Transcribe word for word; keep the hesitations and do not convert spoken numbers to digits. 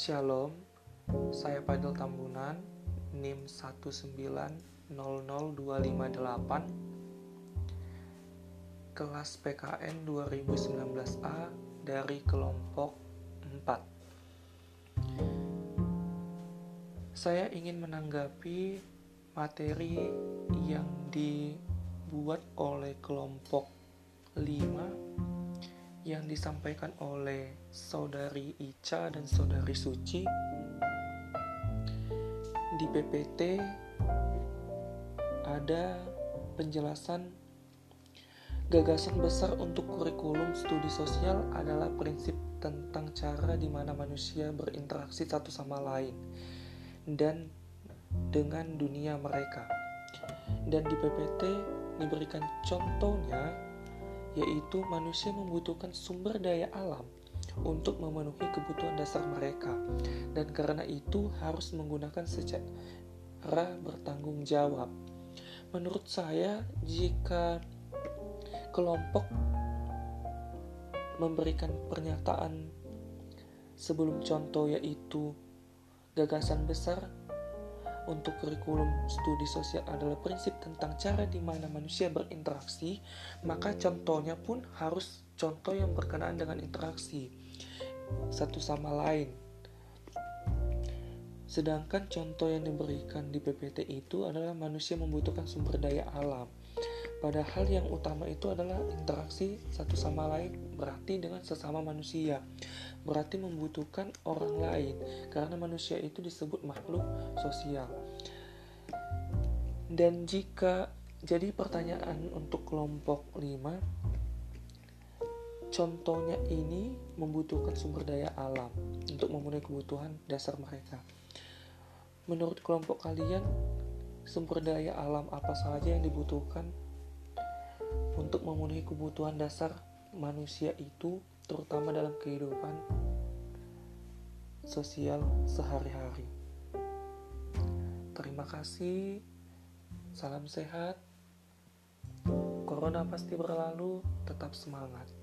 Shalom, saya Padel Tambunan, NIM satu sembilan nol nol dua lima delapan, kelas P K N dua ribu sembilan belas A dari kelompok empat. Saya ingin menanggapi materi yang dibuat oleh kelompok lima yang disampaikan oleh Saudari Ica dan Saudari Suci. Di P P T ada penjelasan gagasan besar untuk kurikulum studi sosial adalah prinsip tentang cara di mana manusia berinteraksi satu sama lain dan dengan dunia mereka. Dan di P P T diberikan contohnya, yaitu manusia membutuhkan sumber daya alam untuk memenuhi kebutuhan dasar mereka, dan karena itu harus menggunakan secara bertanggung jawab. Menurut saya, jika kelompok memberikan pernyataan sebelum contoh, yaitu gagasan besar untuk kurikulum studi sosial adalah prinsip tentang cara di mana manusia berinteraksi, maka contohnya pun harus contoh yang berkenaan dengan interaksi satu sama lain. Sedangkan contoh yang diberikan di P P T itu adalah manusia membutuhkan sumber daya alam. Padahal yang utama itu adalah interaksi satu sama lain, berarti dengan sesama manusia. Berarti membutuhkan orang lain, karena manusia itu disebut makhluk sosial. Dan jika jadi pertanyaan untuk kelompok lima, contohnya ini membutuhkan sumber daya alam untuk memenuhi kebutuhan dasar mereka. Menurut kelompok kalian, sumber daya alam apa saja yang dibutuhkan untuk memenuhi kebutuhan dasar manusia itu, terutama dalam kehidupan sosial sehari-hari? Terima kasih. Salam sehat. Corona pasti berlalu, tetap semangat.